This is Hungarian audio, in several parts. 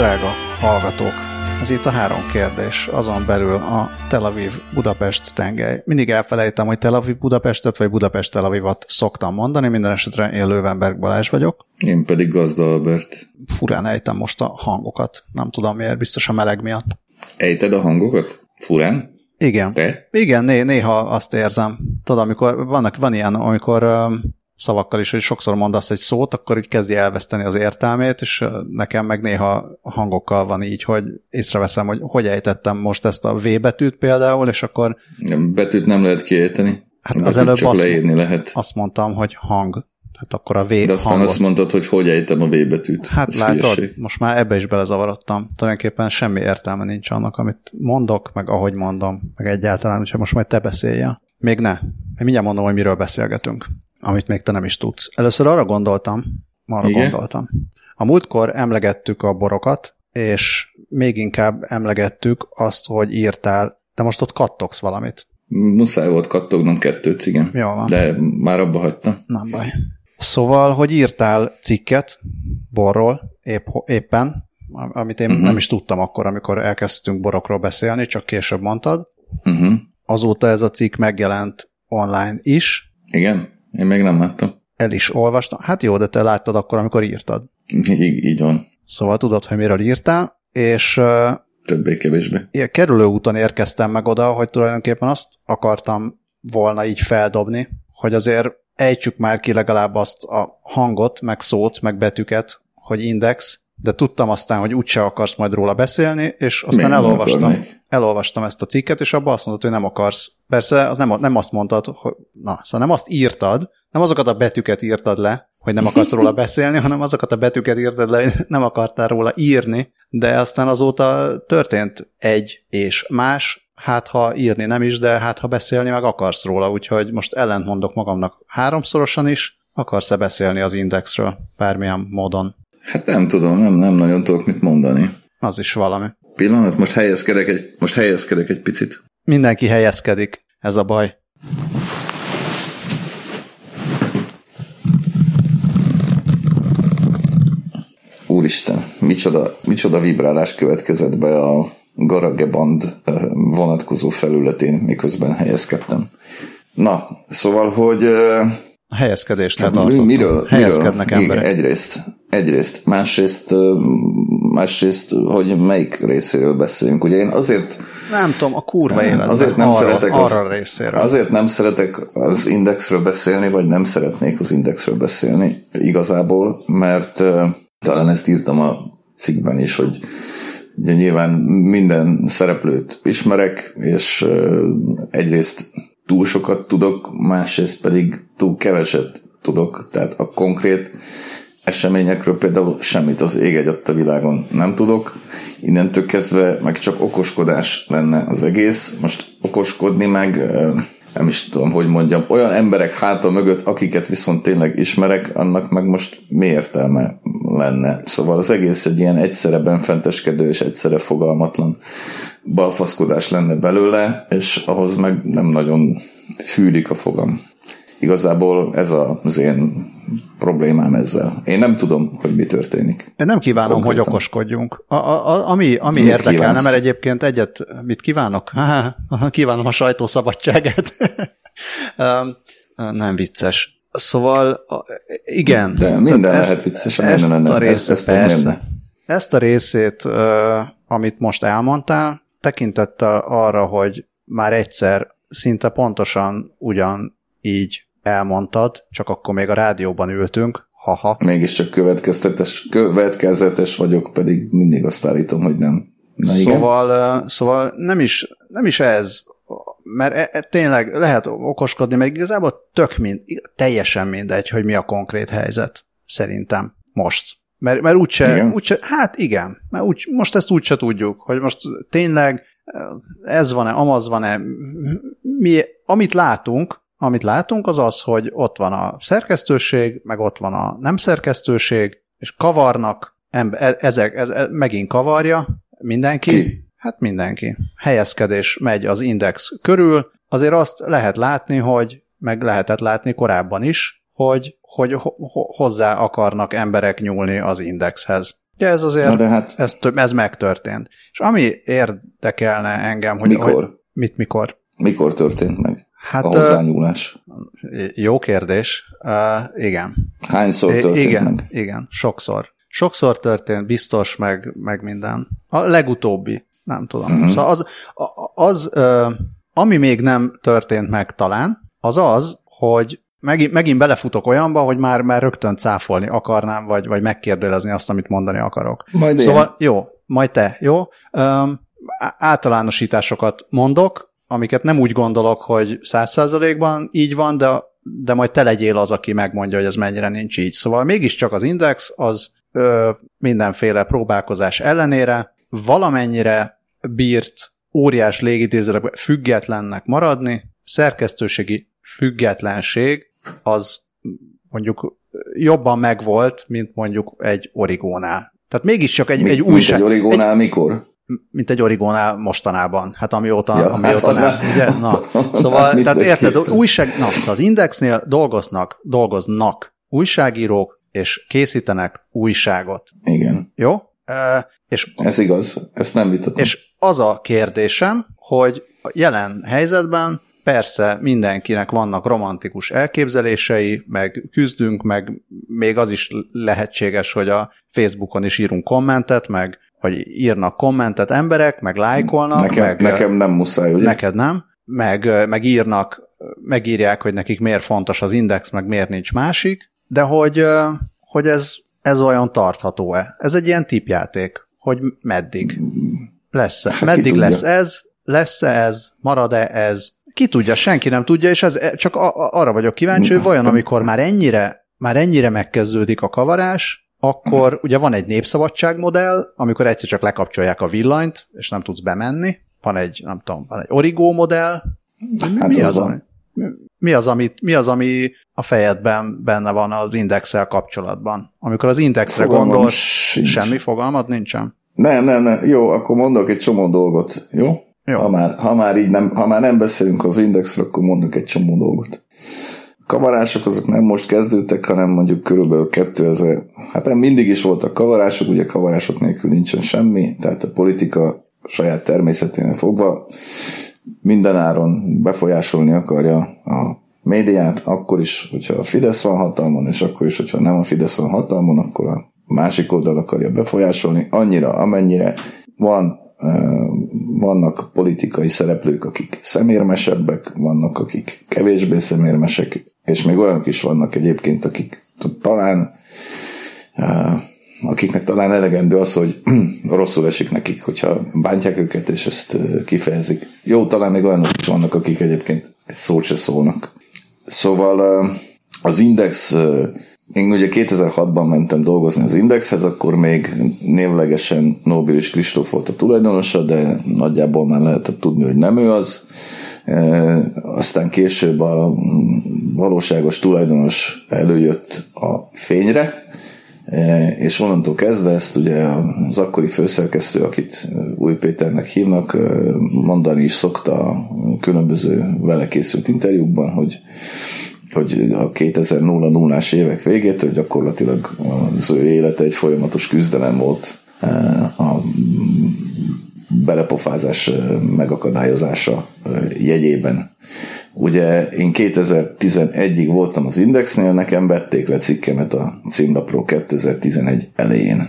Drága hallgatók, ez itt a 3 kérdés, azon belül a Tel Aviv-Budapest tengely. Mindig elfelejtem, hogy Tel Aviv-Budapestet vagy Budapest-Tel Avivat szoktam mondani, minden esetre én Lővenberg Balázs vagyok. Én pedig Gazda Albert. Furán ejtem most a hangokat, nem tudom miért, biztos a meleg miatt. Ejted a hangokat? Furán? Igen. Te? Igen, néha azt érzem. Tudod, amikor van ilyen, amikor szavakkal is, hogy sokszor mondasz egy szót, akkor így kezdi elveszteni az értelmét, és nekem meg néha hangokkal van így, hogy észreveszem, hogy ejtettem most ezt a V betűt például, és akkor... Betűt nem lehet kiejteni. Hát az előbb csak leírni lehet. Azt mondtam, hogy hang. Tehát akkor a V de aztán hangot. Azt mondtad, hogy ejtem a V betűt. Hát ez látod, hülyeség. most már ebbe is belezavarodtam. Tulajdonképpen semmi értelme nincs annak, amit mondok, meg ahogy mondom, meg egyáltalán, úgyhogy most majd te beszéljél. Még ne. Én mindjárt mondom, hogy miről beszélgetünk, amit még te nem is tudsz. Először arra gondoltam. A múltkor emlegettük a borokat, és még inkább emlegettük azt, hogy írtál, te most ott kattogsz valamit. Muszáj volt kattognom 2, igen. Jó van. De már abba hagytam. Nem baj. Szóval, hogy írtál cikket borról éppen, amit én nem is tudtam akkor, amikor elkezdtünk borokról beszélni, csak később mondtad. Azóta ez a cikk megjelent online is. Igen? Én még nem láttam. El is olvastam. Hát jó, de te láttad akkor, amikor írtad. Így van. Szóval tudod, hogy miről írtál, és többé-kevésbé. Kerülő úton érkeztem meg oda, hogy tulajdonképpen azt akartam volna így feldobni, hogy azért ejtsük már ki legalább azt a hangot, meg szót, meg betűket, hogy index, de tudtam aztán, hogy úgyse akarsz majd róla beszélni, és aztán elolvastam ezt a cikket, és abban azt mondod, hogy nem akarsz. Persze, az nem azt mondtad, hogy szóval nem azt írtad, nem azokat a betűket írtad le, hogy nem akarsz róla beszélni, hanem azokat a betűket írtad le, hogy nem akartál róla írni, de aztán azóta történt egy és más, hát ha írni nem is, de hát ha beszélni meg akarsz róla, úgyhogy most ellentmondok magamnak 3-szorosan is, akarsz-e beszélni az indexről bármilyen módon? Hát nem tudom, nem nagyon tudok mit mondani. Az is valami. Pillanat, most helyezkedek egy picit. Mindenki helyezkedik, ez a baj. Úristen, micsoda vibrálás következett be a GarageBand vonatkozó felületén, miközben helyezkedtem. Na, szóval, hogy... A helyezkedésnél tartottam. Helyezkednek emberek. Egyrészt. Másrészt, hogy melyik részéről beszéljünk. Ugye én azért... Nem tudom, a kurva életben. Azért nem szeretek az indexről beszélni, vagy nem szeretnék az indexről beszélni igazából, mert talán ezt írtam a cikkben is, hogy ugye nyilván minden szereplőt ismerek, és egyrészt túl sokat tudok, másrészt pedig túl keveset tudok, tehát a konkrét eseményekről például semmit az ég egyatt a világon nem tudok, innentől kezdve meg csak okoskodás lenne az egész, most okoskodni meg, nem is tudom, hogy mondjam, olyan emberek háta mögött, akiket viszont tényleg ismerek, annak meg most mi értelme lenne. Szóval az egész egy ilyen egyszerre benfenteskedő és egyszerre fogalmatlan balfaszkodás lenne belőle, és ahhoz meg nem nagyon fűlik a fogam. Igazából ez az én problémám ezzel. Én nem tudom, hogy mi történik. Én nem kívánom, konkrétan, hogy okoskodjunk. Ami érdekelne, mert egyébként mit kívánok? Kívánom a sajtószabadságát. Nem vicces. Szóval, igen. De minden lehet vicces. Ezt a részét, amit most elmondtál, tekintettel arra, hogy már egyszer szinte pontosan ugyan így elmondtad, csak akkor még a rádióban ültünk, haha. Mégiscsak következetes vagyok, pedig mindig azt állítom, hogy nem. Szóval nem is ez, mert tényleg lehet okoskodni, mert igazából teljesen mindegy, hogy mi a konkrét helyzet, szerintem most. Mert úgyse, hát igen, mert most ezt úgyse tudjuk, hogy most tényleg ez van-e, amaz van-e, amit látunk az az, hogy ott van a szerkesztőség, meg ott van a nem szerkesztőség, és kavarnak, ez megint kavarja mindenki. Ki? Hát mindenki. Helyezkedés megy az index körül, azért azt lehet látni, meg lehetett látni korábban is, hogy hozzá akarnak emberek nyúlni az indexhez. Ja, ez azért, ez megtörtént. És ami érdekelne engem, hogy... Mikor? Mikor? Mikor történt meg a hozzányúlás? Jó kérdés. Igen. Hányszor történt meg? Igen, sokszor. Sokszor történt, biztos, meg minden. A legutóbbi, nem tudom. Szóval ami még nem történt meg talán, az, hogy megint belefutok olyanba, hogy már rögtön cáfolni akarnám, vagy megkérdőjelezni azt, amit mondani akarok. Majd szóval jó, majd te, jó? Általánosításokat mondok, amiket nem úgy gondolok, hogy 100%-ban így van, de majd te legyél az, aki megmondja, hogy ez mennyire nincs így. Szóval mégiscsak az Index az mindenféle próbálkozás ellenére valamennyire bírt óriás légidézőrekben függetlennek maradni, szerkesztőségi függetlenség az mondjuk jobban megvolt, mint mondjuk egy Origónál. Tehát mégiscsak egy újság... Mint egy Origónál mikor? Mint egy Origónál mostanában. Hát amióta nem. Ugye? Na. Szóval, tehát érted, az Indexnél dolgoznak újságírók, és készítenek újságot. Igen. Jó? Ez igaz, ezt nem vitatom. És az a kérdésem, hogy a jelen helyzetben persze mindenkinek vannak romantikus elképzelései, meg küzdünk, meg még az is lehetséges, hogy a Facebookon is írunk kommentet, meg hogy írnak kommentet emberek, meg lájkolnak. Nekem nem muszáj, ugye? Neked nem. Meg megírják, hogy nekik miért fontos az Index, meg miért nincs másik, de hogy ez olyan tartható-e? Ez egy ilyen tippjáték, hogy meddig lesz-e? Hát meddig lesz-e ez? Marad-e ez? Ki tudja, senki nem tudja, és ez csak arra vagyok kíváncsi, hogy vajon amikor már ennyire megkezdődik a kavarás, akkor ugye van egy népszabadság modell, amikor egyszer csak lekapcsolják a villanyt, és nem tudsz bemenni. Van egy Origo modell. Mi az, ami a fejedben benne van az Indexsel kapcsolatban? Amikor az Indexre gondolsz, semmi fogalmad nincsen? Nem. Jó, akkor mondok egy csomó dolgot. Jó? Ha már nem beszélünk az Indexről, akkor mondok egy csomó dolgot. A kavarások azok nem most kezdődtek, hanem mondjuk körülbelül 2000, hát nem mindig is voltak kavarások, ugye kavarások nélkül nincsen semmi, tehát a politika saját természeténél fogva mindenáron befolyásolni akarja a médiát, akkor is, hogyha a Fidesz van hatalmon, és akkor is, hogyha nem a Fidesz van hatalmon, akkor a másik oldal akarja befolyásolni, annyira, amennyire vannak politikai szereplők, akik szemérmesebbek, vannak, akik kevésbé szemérmesek, és még olyanok is vannak egyébként, akiknek talán elegendő az, hogy rosszul esik nekik, hogyha bántják őket, és ezt kifejezik. Jó, talán még olyanok is vannak, akik egyébként egy szót se szólnak. Szóval az Index, én ugye 2006-ban mentem dolgozni az Indexhez, akkor még névlegesen Nóbilis Kristóf volt a tulajdonosa, de nagyjából már lehetett tudni, hogy nem ő az. Aztán később a valóságos tulajdonos előjött a fényre, és onnantól kezdve ezt ugye az akkori főszerkesztő, akit Új Péternek hívnak, mondani is szokta a különböző vele készült interjúkban, hogy a 2000-as évek végétől gyakorlatilag az ő élete egy folyamatos küzdelem volt a belepofázás megakadályozása jegyében. Ugye én 2011-ig voltam az Indexnél, nekem vették le cikkemet a címlapról 2011 elején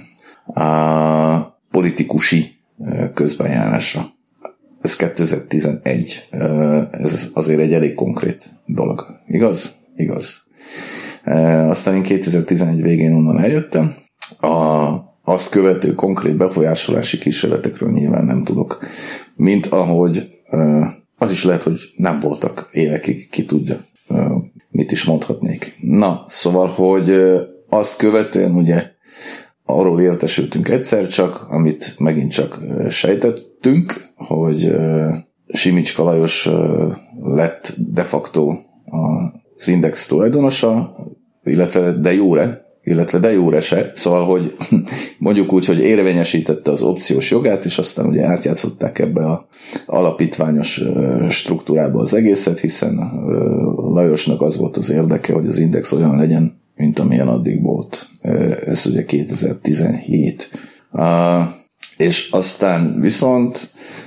a politikusi közbenjárásra. Ez 2011. Ez azért egy elég konkrét dolog. Igaz? Igaz. Aztán én 2011 végén onnan eljöttem. Azt követő konkrét befolyásolási kísérletekről nyilván nem tudok. Mint ahogy az is lehet, hogy nem voltak évekig, ki tudja, mit is mondhatnék. Na, szóval, hogy azt követően ugye arról értesültünk egyszer csak, amit megint csak sejtettünk, hogy Simicska Lajos lett de facto az Index tulajdonosa, illetve de jóre se, szóval, hogy mondjuk úgy, hogy érvényesítette az opciós jogát, és aztán ugye átjátszották ebbe az alapítványos struktúrába az egészet, hiszen Lajosnak az volt az érdeke, hogy az Index olyan legyen, mint amilyen addig volt. Ez ugye 2017. És aztán viszont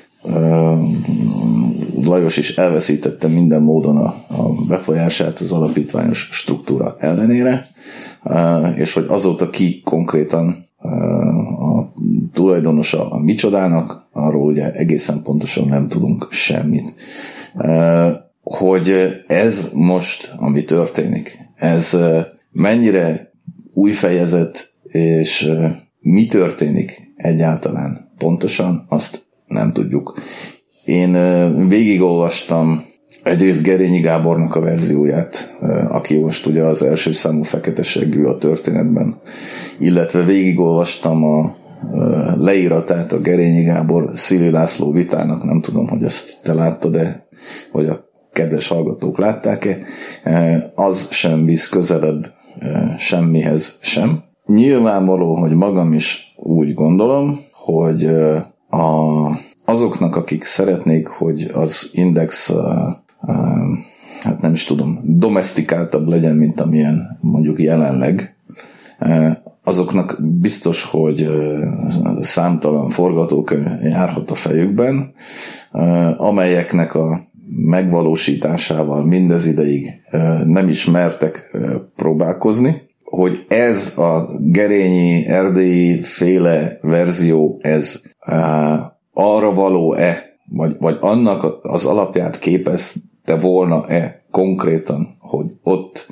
Lajos is elveszítette minden módon a befolyását az alapítványos struktúra ellenére, és hogy azóta ki konkrétan a tulajdonosa a micsodának, arról ugye egészen pontosan nem tudunk semmit. Hogy ez most, ami történik, ez mennyire új fejezet, és mi történik egyáltalán pontosan, azt nem tudjuk. Én végigolvastam egyrészt Gerényi Gábornak a verzióját, aki most ugye az első számú fekete seggű a történetben, illetve végigolvastam a leíratát a Gerényi Gábor Szili László vitának, nem tudom, hogy ezt te láttad-e, vagy a kedves hallgatók látták-e, az sem visz közelebb semmihez sem. Nyilvánvaló, hogy magam is úgy gondolom, hogy azoknak, akik szeretnék, hogy az Index hát nem is tudom, domesztikáltabb legyen, mint amilyen mondjuk jelenleg, azoknak biztos, hogy számtalan forgatókönyv járhat a fejükben, amelyeknek a megvalósításával mindez ideig nem is mertek próbálkozni, hogy ez a Gerényi, erdélyi féle verzió, ez arra való-e, vagy annak az alapját képezte volna-e konkrétan, hogy ott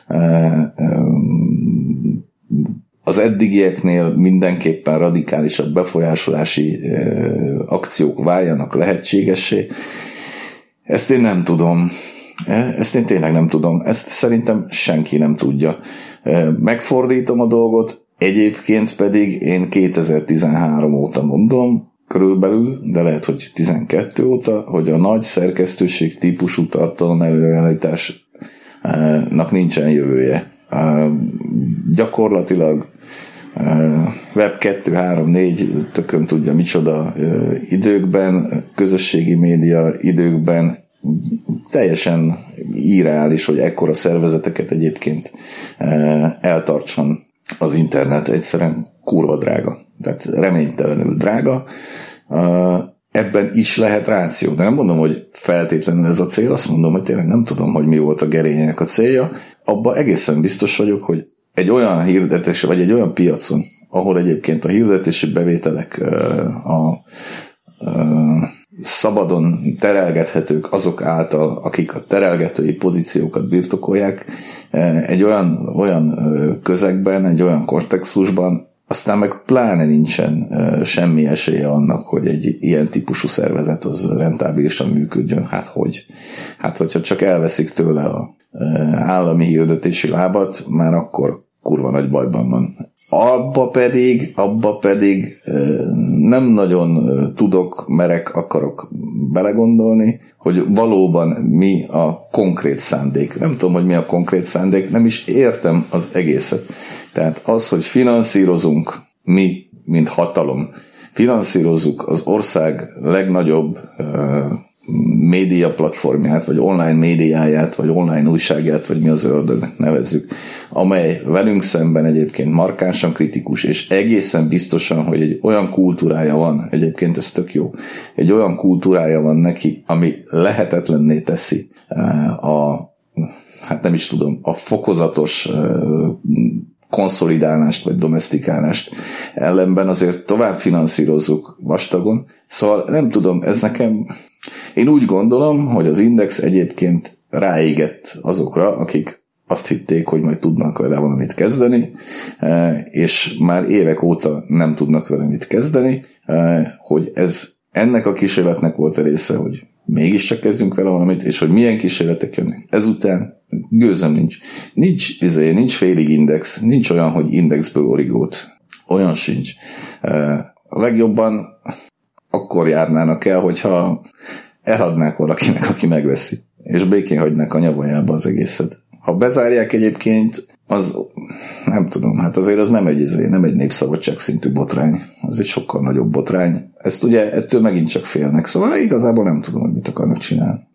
az eddigieknél mindenképpen radikálisabb befolyásolási akciók váljanak lehetségessé. Ezt én nem tudom. Ezt én tényleg nem tudom. Ezt szerintem senki nem tudja. Megfordítom a dolgot, egyébként pedig én 2013 óta mondom, körülbelül, de lehet, hogy 12 óta, hogy a nagy szerkesztőség típusú tartalom előállításnak nincsen jövője. Gyakorlatilag web 2, 3, 4, tököm tudja micsoda időkben, közösségi média időkben teljesen irreális, hogy ekkora szervezeteket egyébként eltartson az internet. Egyszerűen kurva drága. Tehát reménytelenül drága. Ebben is lehet ráció. De nem mondom, hogy feltétlenül ez a cél, azt mondom, hogy tényleg nem tudom, hogy mi volt a Gerénynek a célja. Abban egészen biztos vagyok, hogy egy olyan hirdetés, vagy egy olyan piacon, ahol egyébként a hirdetési bevételek szabadon terelgethetők azok által, akik a terelgetői pozíciókat birtokolják, egy olyan közegben, egy olyan kontextusban, aztán meg pláne nincsen semmi esélye annak, hogy egy ilyen típusú szervezet az rentábilisan működjön. Hát hogyha csak elveszik tőle az állami hirdetési lábat, már akkor kurva nagy bajban van. Abba pedig nem nagyon akarok belegondolni, hogy valóban mi a konkrét szándék. Nem tudom, hogy mi a konkrét szándék, nem is értem az egészet. Tehát az, hogy finanszírozunk mi, mint hatalom, finanszírozzuk az ország legnagyobb média platformját, vagy online médiáját, vagy online újságját, vagy mi az ördögnek nevezzük, amely velünk szemben egyébként markánsan kritikus, és egészen biztosan, hogy egy olyan kultúrája van, egyébként ez tök jó, egy olyan kultúrája van neki, ami lehetetlenné teszi a fokozatos konszolidálást vagy domesztikálást, ellenben azért tovább finanszírozzuk vastagon. Szóval nem tudom, ez nekem... Én úgy gondolom, hogy az Index egyébként ráégett azokra, akik azt hitték, hogy majd tudnak vele valamit kezdeni, és már évek óta nem tudnak vele mit kezdeni, hogy ennek a kísérletnek volt a része, hogy mégiscsak kezdjünk vele valamit, és hogy milyen kísérletek jönnek ezután, gőzöm nincs. Nincs félig Index, nincs olyan, hogy Indexből origót. Olyan sincs. A legjobban akkor járnának el, hogyha eladnák valakinek, aki megveszi, és békén hagynák a nyavajába az egészet. Ha bezárják egyébként, az nem tudom, hát azért az nem egy népszabadság szintű botrány. Az egy sokkal nagyobb botrány. Ezt ugye ettől megint csak félnek. Szóval igazából nem tudom, hogy mit akarnak csinálni.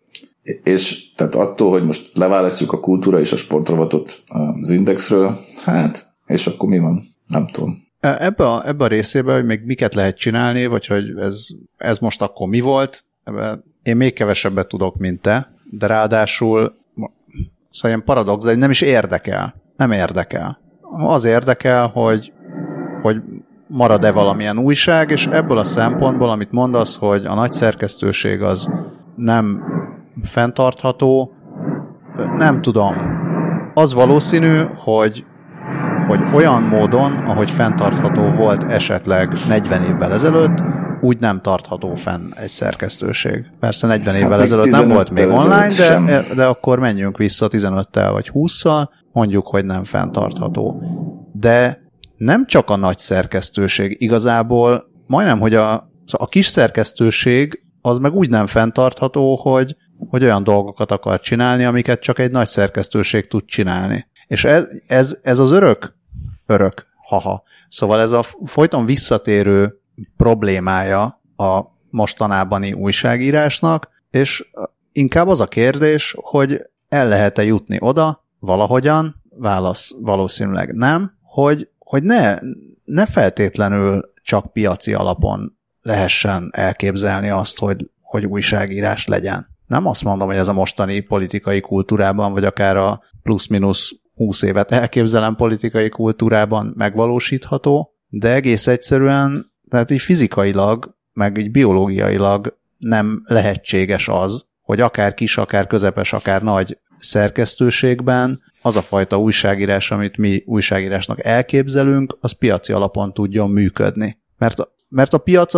És tehát attól, hogy most leválasztjuk a kultúra és a sportrovatot az Indexről, hát, és akkor mi van? Nem tudom. Ebbe a részében, hogy még miket lehet csinálni, vagy hogy ez most akkor mi volt, én még kevesebbet tudok, mint te, de ráadásul szóval ilyen paradox, de nem is érdekel. Nem érdekel. Az érdekel, hogy marad-e valamilyen újság, és ebből a szempontból, amit mondasz, hogy a nagy szerkesztőség az nem fenntartható, nem tudom. Az valószínű, hogy olyan módon, ahogy fenntartható volt esetleg 40 évvel ezelőtt, úgy nem tartható fenn egy szerkesztőség. Persze 40 évvel ezelőtt nem volt még online, de akkor menjünk vissza 15-tel vagy 20-szal, mondjuk, hogy nem fenntartható. De nem csak a nagy szerkesztőség, igazából majdnem, hogy a kis szerkesztőség az meg úgy nem fenntartható, hogy olyan dolgokat akar csinálni, amiket csak egy nagy szerkesztőség tud csinálni. És ez az örök, haha. Szóval ez a folyton visszatérő problémája a mostanában újságírásnak, és inkább az a kérdés, hogy el lehet-e jutni oda valahogyan, válasz valószínűleg nem, hogy ne feltétlenül csak piaci alapon lehessen elképzelni azt, hogy újságírás legyen. Nem azt mondom, hogy ez a mostani politikai kultúrában, vagy akár a plusz-minusz 20 évet elképzelem politikai kultúrában megvalósítható, de egész egyszerűen, tehát így fizikailag, meg így biológiailag nem lehetséges az, hogy akár kis, akár közepes, akár nagy szerkesztőségben az a fajta újságírás, amit mi újságírásnak elképzelünk, az piaci alapon tudjon működni. Mert a piac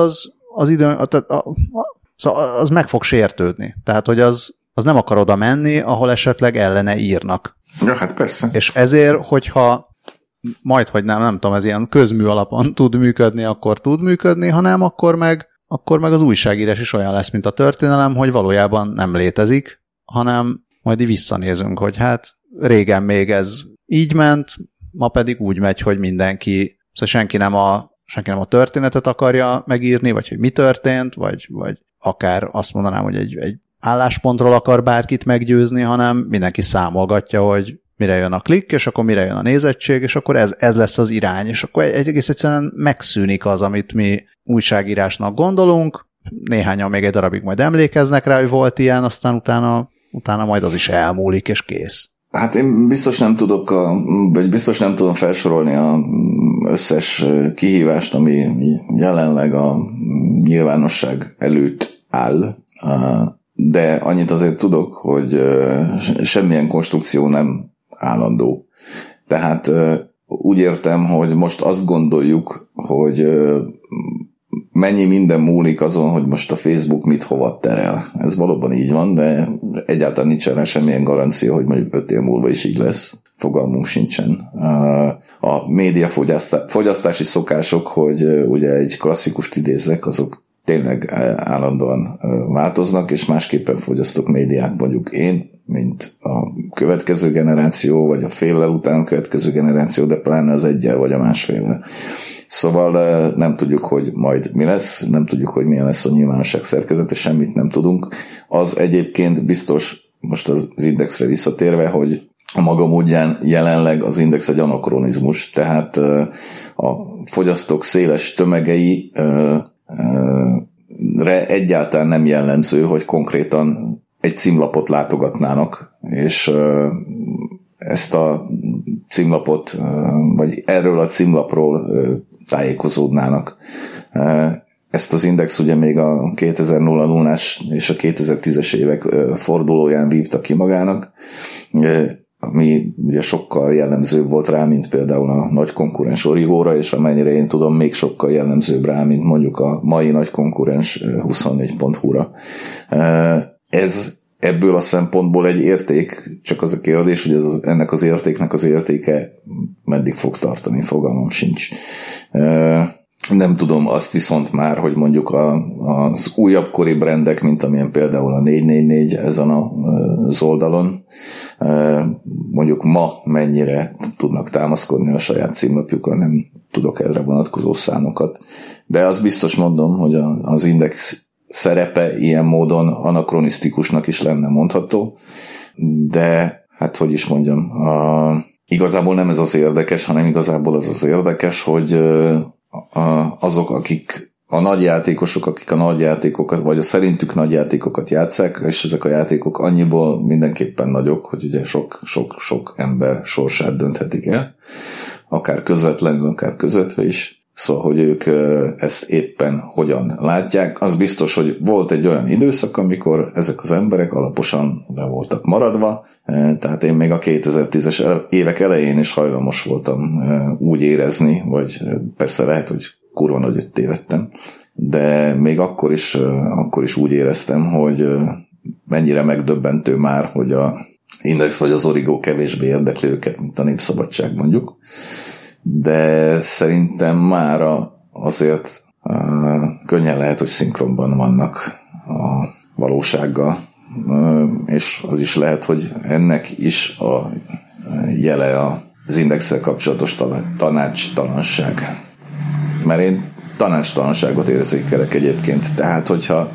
az meg fog sértődni. Tehát, hogy az nem akar oda menni, ahol esetleg ellene írnak. Ja, hát persze. És ezért, hogyha hogy nem tudom, ez ilyen közmű alapon tud működni, akkor tud működni, ha nem, akkor meg az újságírás is olyan lesz, mint a történelem, hogy valójában nem létezik, hanem majd így visszanézünk, hogy hát régen még ez így ment, ma pedig úgy megy, hogy mindenki, szóval senki nem a történetet akarja megírni, vagy hogy mi történt, vagy akár azt mondanám, hogy egy álláspontról akar bárkit meggyőzni, hanem mindenki számolgatja, hogy mire jön a klikk, és akkor mire jön a nézettség, és akkor ez lesz az irány, és akkor egész egyszerűen megszűnik az, amit mi újságírásnak gondolunk, néhányan még egy darabig majd emlékeznek rá, hogy volt ilyen, aztán utána majd az is elmúlik, és kész. Hát én biztos nem tudom felsorolni az összes kihívást, ami jelenleg a nyilvánosság előtt áll, de annyit azért tudok, hogy semmilyen konstrukció nem állandó. Tehát úgy értem, hogy most azt gondoljuk, hogy mennyi minden múlik azon, hogy most a Facebook mit hova terel. Ez valóban így van, de egyáltalán nincs erre semmilyen garancia, hogy mondjuk 5 év múlva is így lesz. Fogalmunk sincsen. A médiafogyasztási szokások, hogy ugye egy klasszikust idézzek, azok tényleg állandóan változnak, és másképpen fogyasztok médiát, mondjuk én, mint a következő generáció, vagy a féllel után következő generáció, de pláne az egyel, vagy a másféllel. Szóval nem tudjuk, hogy majd mi lesz, nem tudjuk, hogy milyen lesz a nyilvánosság szerkezete, semmit nem tudunk. Az egyébként biztos, most az Indexre visszatérve, hogy a maga módján jelenleg az Index egy anakronizmus, tehát a fogyasztók széles tömegei egyáltalán nem jellemző, hogy konkrétan egy címlapot látogatnának, és ezt a címlapot, vagy erről a címlapról tájékozódnának. Ezt az Index ugye még a 2000-as és a 2010-es évek fordulóján vívta ki magának, ami ugye sokkal jellemzőbb volt rá, mint például a nagy konkurens Origóra, és amennyire én tudom, még sokkal jellemzőbb rá, mint mondjuk a mai nagy konkurens 24.hu-ra. Ez ebből a szempontból egy érték, csak az a kérdés, hogy ennek az értéknek az értéke meddig fog tartani, fogalmam sincs. Nem tudom azt viszont már, hogy mondjuk az újabb kori brandek, mint amilyen például a 444 ezen az oldalon, mondjuk ma mennyire tudnak támaszkodni a saját címlapjukon, nem tudok erre vonatkozó számokat. De az biztos mondom, hogy az Index szerepe ilyen módon anakronisztikusnak is lenne mondható, de hát hogy is mondjam, igazából nem ez az érdekes, hanem igazából az érdekes, hogy azok, akik a nagy játékosok, akik a nagy játékokat, vagy a szerintük nagy játékokat játsszák, és ezek a játékok annyiból mindenképpen nagyok, hogy ugye sok ember sorsát dönthetik el, akár közvetlenül, akár közvetve is. Szóval, hogy ők ezt éppen hogyan látják. Az biztos, hogy volt egy olyan időszak, amikor ezek az emberek alaposan le voltak maradva, tehát én még a 2010-es évek elején is hajlamos voltam úgy érezni, vagy persze lehet, hogy kurva nagyot tévedtem, de még akkor is úgy éreztem, hogy mennyire megdöbbentő már, hogy a Index vagy az Origo kevésbé érdekli őket, mint a Népszabadság mondjuk. De szerintem mára azért könnyen lehet, hogy szinkronban vannak a valósággal, és az is lehet, hogy ennek is a jele az Indexsel kapcsolatos tanácstalanság. Mert én tanácstalanságot érzékelek egyébként, tehát hogyha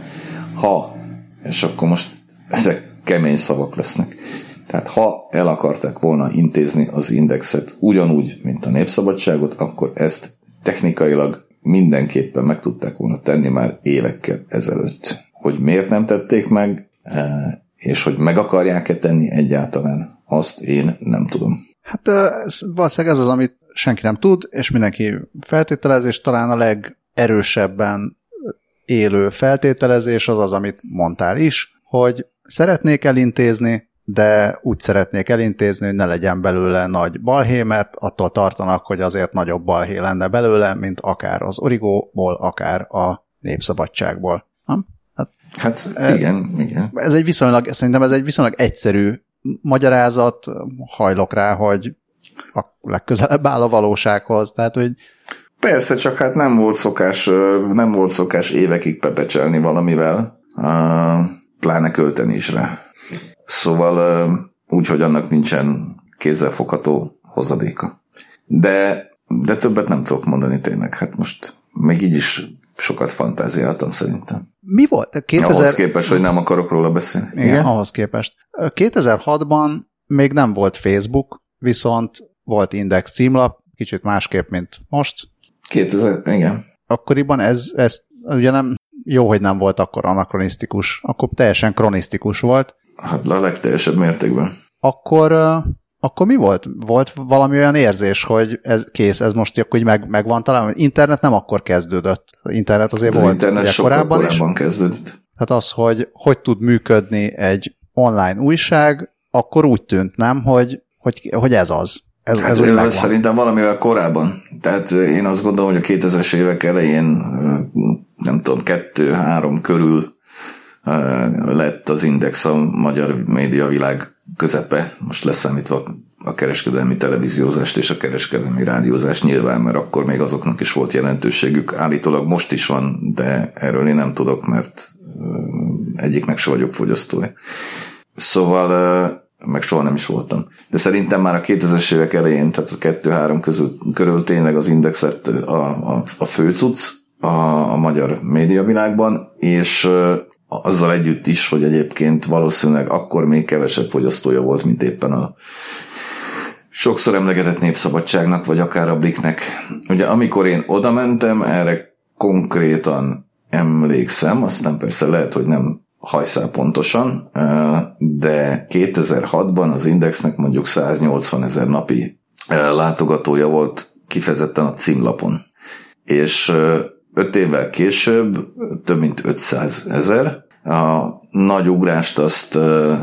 és akkor most ezek kemény szavak lesznek, tehát ha el akarták volna intézni az Indexet ugyanúgy, mint a Népszabadságot, akkor ezt technikailag mindenképpen meg tudták volna tenni már évekkel ezelőtt. Hogy miért nem tették meg, és hogy meg akarják-e tenni egyáltalán, azt én nem tudom. Hát valószínűleg ez az, amit senki nem tud, és mindenki feltételezés, talán a legerősebben élő feltételezés az, amit mondtál is, hogy szeretnék elintézni, de úgy szeretnék elintézni, hogy ne legyen belőle nagy balhé, mert attól tartanak, hogy azért nagyobb balhé lenne belőle, mint akár az Origóból, akár a Népszabadságból. Hát igen. Szerintem ez egy viszonylag egyszerű magyarázat, hajlok rá, hogy a legközelebb áll a valósághoz. Tehát, hogy persze, csak hát nem volt szokás évekig pepecselni valamivel, pláne költeni is rá. Szóval úgy, hogy annak nincsen kézzelfogható hozadéka. De többet nem tudok mondani tényleg. Hát most még így is sokat fantáziáltam szerintem. Mi volt? Ahhoz képest, hogy nem akarok róla beszélni. Igen, ahhoz képest. 2006-ban még nem volt Facebook, viszont volt Index címlap, kicsit másképp, mint most. 2000, igen. Akkoriban ez ugye nem jó, hogy nem volt akkor anakronisztikus, akkor teljesen kronisztikus volt. Hát a legteljesebb mértékben. Akkor mi volt? Volt valami olyan érzés, hogy ez kész, ez most akkor így megvan talán? Internet nem akkor kezdődött. Internet azért az volt internet sokkal korábban kezdődött. Tehát az, hogy tud működni egy online újság, akkor úgy tűnt, nem, hogy ez az. Ez szerintem valamivel korábban. Tehát én azt gondolom, hogy a 2000-es évek elején, nem tudom, 2-3 körül lett az Index a magyar médiavilág közepe, most leszámítva a kereskedelmi televíziózást és a kereskedelmi rádiózást nyilván, mert akkor még azoknak is volt jelentőségük. Állítólag most is van, de erről én nem tudok, mert egyiknek se vagyok fogyasztója. Szóval meg soha nem is voltam. De szerintem már a 2000-es évek elején, tehát a 2-3 körül tényleg az Index lett a főcucc a magyar médiavilágban, és azzal együtt is, hogy egyébként valószínűleg akkor még kevesebb fogyasztója volt, mint éppen a sokszor emlegetett Népszabadságnak, vagy akár a Blicknek. Ugye amikor én oda mentem, erre konkrétan emlékszem, aztán persze lehet, hogy nem hajszál pontosan, de 2006-ban az Indexnek mondjuk 180 000 napi látogatója volt kifejezetten a címlapon. És 5 évvel később több mint 500 000. A nagy ugrást azt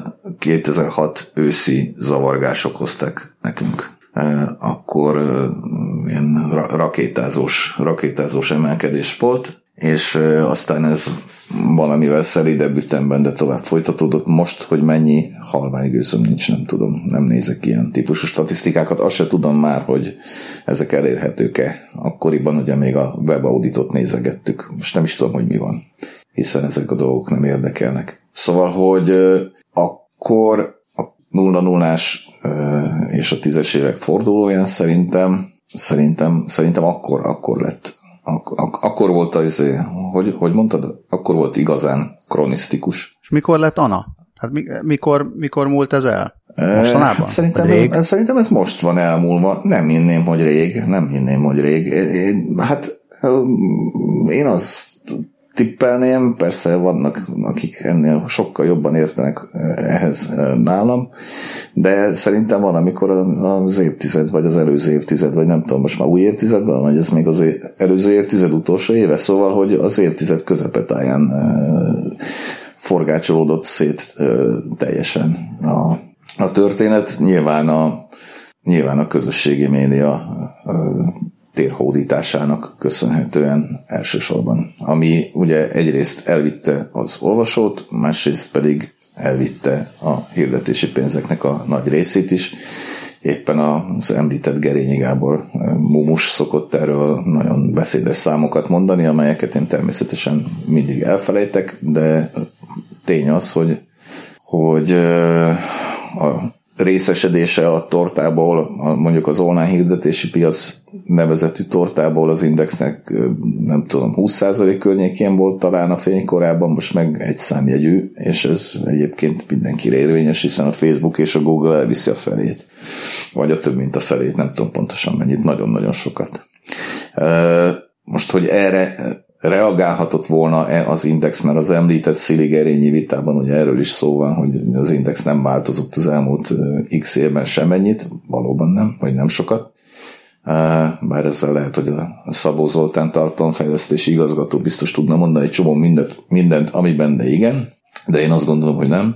2006 őszi zavargások hozták nekünk. Akkor ilyen rakétázós emelkedés volt, és aztán ez valamivel szelídebb ütemben, de tovább folytatódott. Most, hogy mennyi halványgőzöm nincs, nem tudom, nem nézek ilyen típusú statisztikákat, azt se tudom már, hogy ezek elérhetők-e. Akkoriban ugye még a webauditot nézegettük, most nem is tudom, hogy mi van, hiszen ezek a dolgok nem érdekelnek. Szóval, hogy akkor a 0-0-ás és a 10-es évek fordulóján szerintem akkor lett akkor volt hogy mondtad? Akkor volt igazán kronisztikus. És mikor lett ANA? Hát mikor múlt ez el? Mostanában? Szerintem ez most van elmúlva. Nem hinném, hogy rég. Én azt tippelném, persze vannak, akik ennél sokkal jobban értenek ehhez nálam, de szerintem van, amikor az évtized, vagy az előző évtized, vagy nem tudom, most már új évtizedben, vagy ez még az előző évtized utolsó éve, szóval, hogy az évtized közepetáján forgácsolódott szét teljesen a történet. Nyilván a közösségi média térhódításának köszönhetően elsősorban, ami ugye egyrészt elvitte az olvasót, másrészt pedig elvitte a hirdetési pénzeknek a nagy részét is. Éppen az említett Gerényi Gábor mumus szokott erről nagyon beszédes számokat mondani, amelyeket én természetesen mindig elfelejtek, de tény az, hogy a részesedése a tortából, mondjuk az online hirdetési piac nevezetű tortából az Indexnek nem tudom, 20% környékén volt talán a fénykorában, most meg egy számjegyű, és ez egyébként mindenkire érvényes, hiszen a Facebook és a Google elviszi a felét, vagy a több mint a felét, nem tudom pontosan mennyit, nagyon-nagyon sokat. Most, hogy erre reagálhatott volna az Index, mert az említett Szili-Gerényi vitában ugye erről is szó van, hogy az Index nem változott az elmúlt x évben semennyit, valóban nem, vagy nem sokat. Bár ezzel lehet, hogy a Szabó Zoltán tartalomfejlesztési igazgató biztos tudna mondani egy csomó mindent, ami benne igen, de én azt gondolom, hogy nem.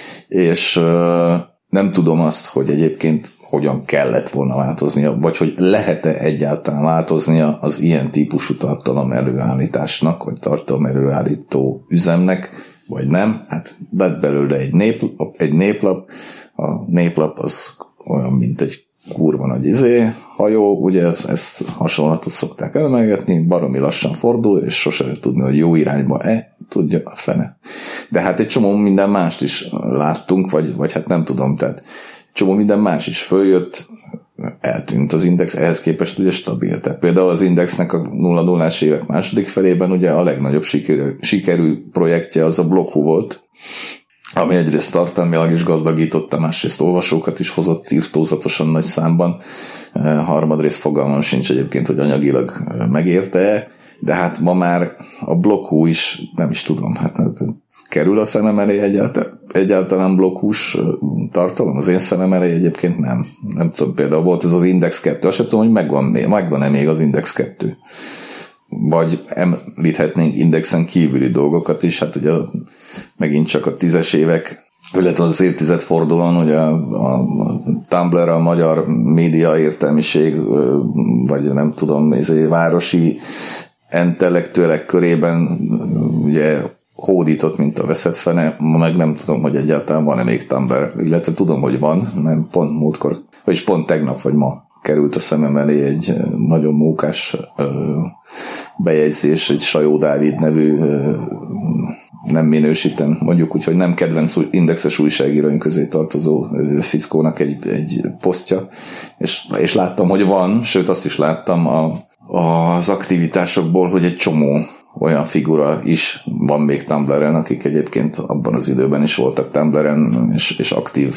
És nem tudom azt, hogy egyébként hogyan kellett volna változnia, vagy hogy lehet-e egyáltalán változnia az ilyen típusú tartalom előállításnak, vagy tartalom előállító üzemnek, vagy nem. Hát lett belőle egy néplap. A néplap az olyan, mint egy kurva nagy hajó, ugye ezt hasonlatot szokták elmegetni, baromi lassan fordul, és sose lehet tudni, hogy jó irányba tudja a fene. De hát egy csomó minden mást is láttunk, vagy hát nem tudom, tehát csomó minden más is följött, eltűnt az Index, ehhez képest ugye stabil. Tehát például az Indexnek a 00-ás évek második felében ugye a legnagyobb sikerű projektje az a Blockhu volt, ami egyrészt tartalmilag is gazdagította, másrészt olvasókat is hozott irtózatosan nagy számban. Harmadrészt fogalmam sincs egyébként, hogy anyagilag megérte, de hát ma már a Blockhu is, nem is tudom, hát kerül a szemem elé egyáltalán blogghús tartalom? Az én szemem elé egyébként nem. Nem tudom, például volt ez az Index 2, azt sem tudom, hogy megvan-e még az Index 2. Vagy említhetnénk Indexen kívüli dolgokat is, hát ugye megint csak a 10-es évek, illetve az évtized fordulón, hogy a Tumblr, a magyar média értelmiség, vagy nem tudom, városi intellektuelek körében ugye hódított, mint a veszett fene, ma meg nem tudom, hogy egyáltalán van-e még Tumblr, illetve tudom, hogy van, mert pont múltkor, vagyis pont tegnap, vagy ma került a szemem elé egy nagyon mókás bejegyzés, egy Sajó Dávid nevű, nem minősítem, mondjuk úgy, hogy nem kedvenc indexes újságíróink közé tartozó fickónak egy posztja, és láttam, hogy van, sőt azt is láttam az aktivitásokból, hogy egy csomó olyan figura is van még Tumblr-en, akik egyébként abban az időben is voltak Tumblr-en, és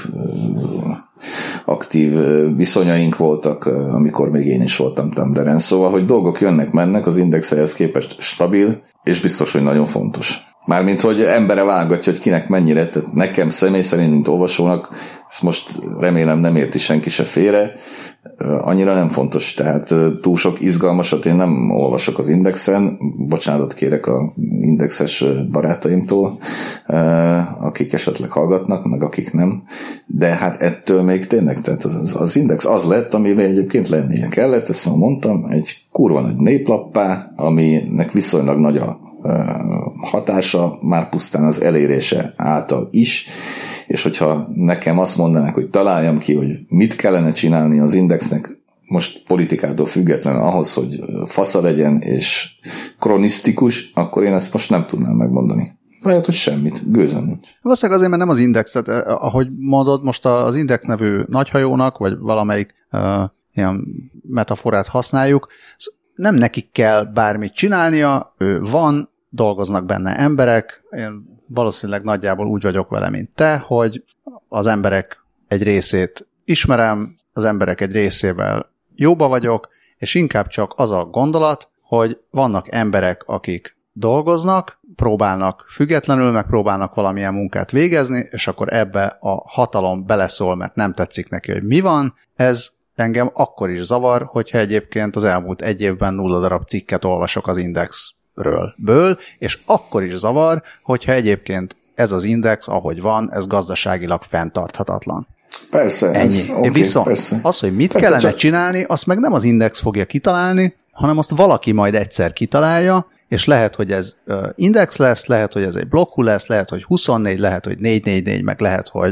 aktív viszonyaink voltak, amikor még én is voltam Tumblr-en. Szóval, hogy dolgok jönnek-mennek, az Index ehhez képest stabil, és biztos, hogy nagyon fontos. Mármint, hogy embere válogatja, hogy kinek mennyire, tehát nekem személy szerint, mint olvasónak, ezt most remélem nem érti senki se félre, annyira nem fontos, tehát túl sok izgalmasat én nem olvasok az Indexen, bocsánatot kérek a indexes barátaimtól, akik esetleg hallgatnak, meg akik nem, de hát ettől még tényleg, tehát az Index az lett, amivel egyébként lennie kellett, ezt mondtam, egy kurva nagy néplappá, aminek viszonylag nagy a hatása, már pusztán az elérése által is, és hogyha nekem azt mondanák, hogy találjam ki, hogy mit kellene csinálni az Indexnek most politikától függetlenül ahhoz, hogy fasza legyen és kronisztikus, akkor én ezt most nem tudnám megmondani. Lehet, hogy semmit, gőzöm nincs. Valószínűleg azért, mert nem az Index, tehát ahogy mondod, most az Index nevű nagyhajónak, vagy valamelyik ilyen metaforát használjuk, nem nekik kell bármit csinálnia, ő van, dolgoznak benne emberek, én valószínűleg nagyjából úgy vagyok vele, mint te, hogy az emberek egy részét ismerem, az emberek egy részével jóba vagyok, és inkább csak az a gondolat, hogy vannak emberek, akik dolgoznak, próbálnak függetlenül, meg próbálnak valamilyen munkát végezni, és akkor ebbe a hatalom beleszól, mert nem tetszik neki, hogy mi van. Ez engem akkor is zavar, hogyha egyébként az elmúlt egy évben 0 darab cikket olvasok az Indexről, és akkor is zavar, hogyha egyébként ez az Index, ahogy van, ez gazdaságilag fenntarthatatlan. Persze. Ennyi. Okay, viszont persze. Az, hogy mit kellene csinálni, azt meg nem az Index fogja kitalálni, hanem azt valaki majd egyszer kitalálja, és lehet, hogy ez Index lesz, lehet, hogy ez egy blokkú lesz, lehet, hogy 24, lehet, hogy 444, meg lehet, hogy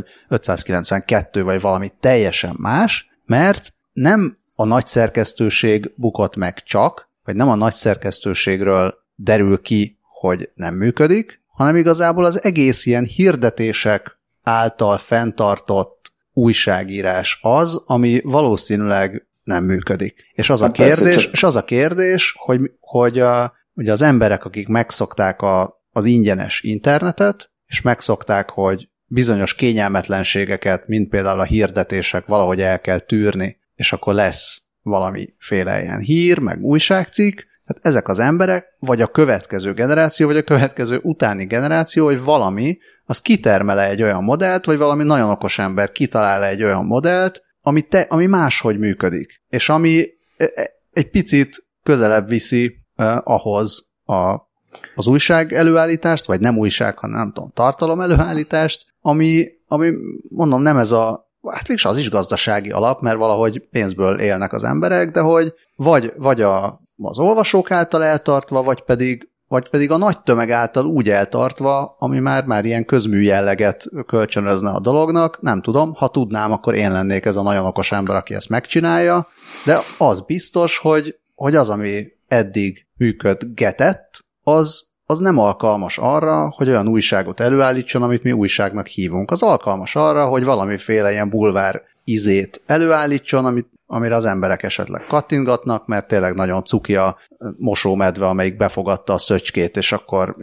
592, vagy valami teljesen más, mert nem a nagy szerkesztőség bukott meg csak, vagy nem a nagy szerkesztőségről derül ki, hogy nem működik, hanem igazából az egész ilyen hirdetések által fenntartott újságírás az, ami valószínűleg nem működik. És az a kérdés, hogy ugye az emberek, akik megszokták az ingyenes internetet, és megszokták, hogy bizonyos kényelmetlenségeket, mint például a hirdetések valahogy el kell tűrni, és akkor lesz valamiféle ilyen hír, meg újságcikk, tehát ezek az emberek, vagy a következő generáció, vagy a következő utáni generáció, hogy valami, az kitermel egy olyan modellt, vagy valami nagyon okos ember kitalál egy olyan modellt, ami máshogy működik, és ami egy picit közelebb viszi ahhoz az újság előállítást, vagy nem újság, hanem nem tudom, tartalom előállítást, ami mondom, nem ez hát végülis az is gazdasági alap, mert valahogy pénzből élnek az emberek, de hogy vagy az olvasók által eltartva, vagy pedig a nagy tömeg által úgy eltartva, ami már ilyen közmű jelleget kölcsönözne a dolognak, nem tudom, ha tudnám, akkor én lennék ez a nagyon okos ember, aki ezt megcsinálja, de az biztos, hogy az, ami eddig működgetett, az nem alkalmas arra, hogy olyan újságot előállítson, amit mi újságnak hívunk. Az alkalmas arra, hogy valamiféle ilyen bulvár izét előállítson, amire az emberek esetleg kattintgatnak, mert tényleg nagyon cuki a mosómedve, amelyik befogadta a szöcskét, és akkor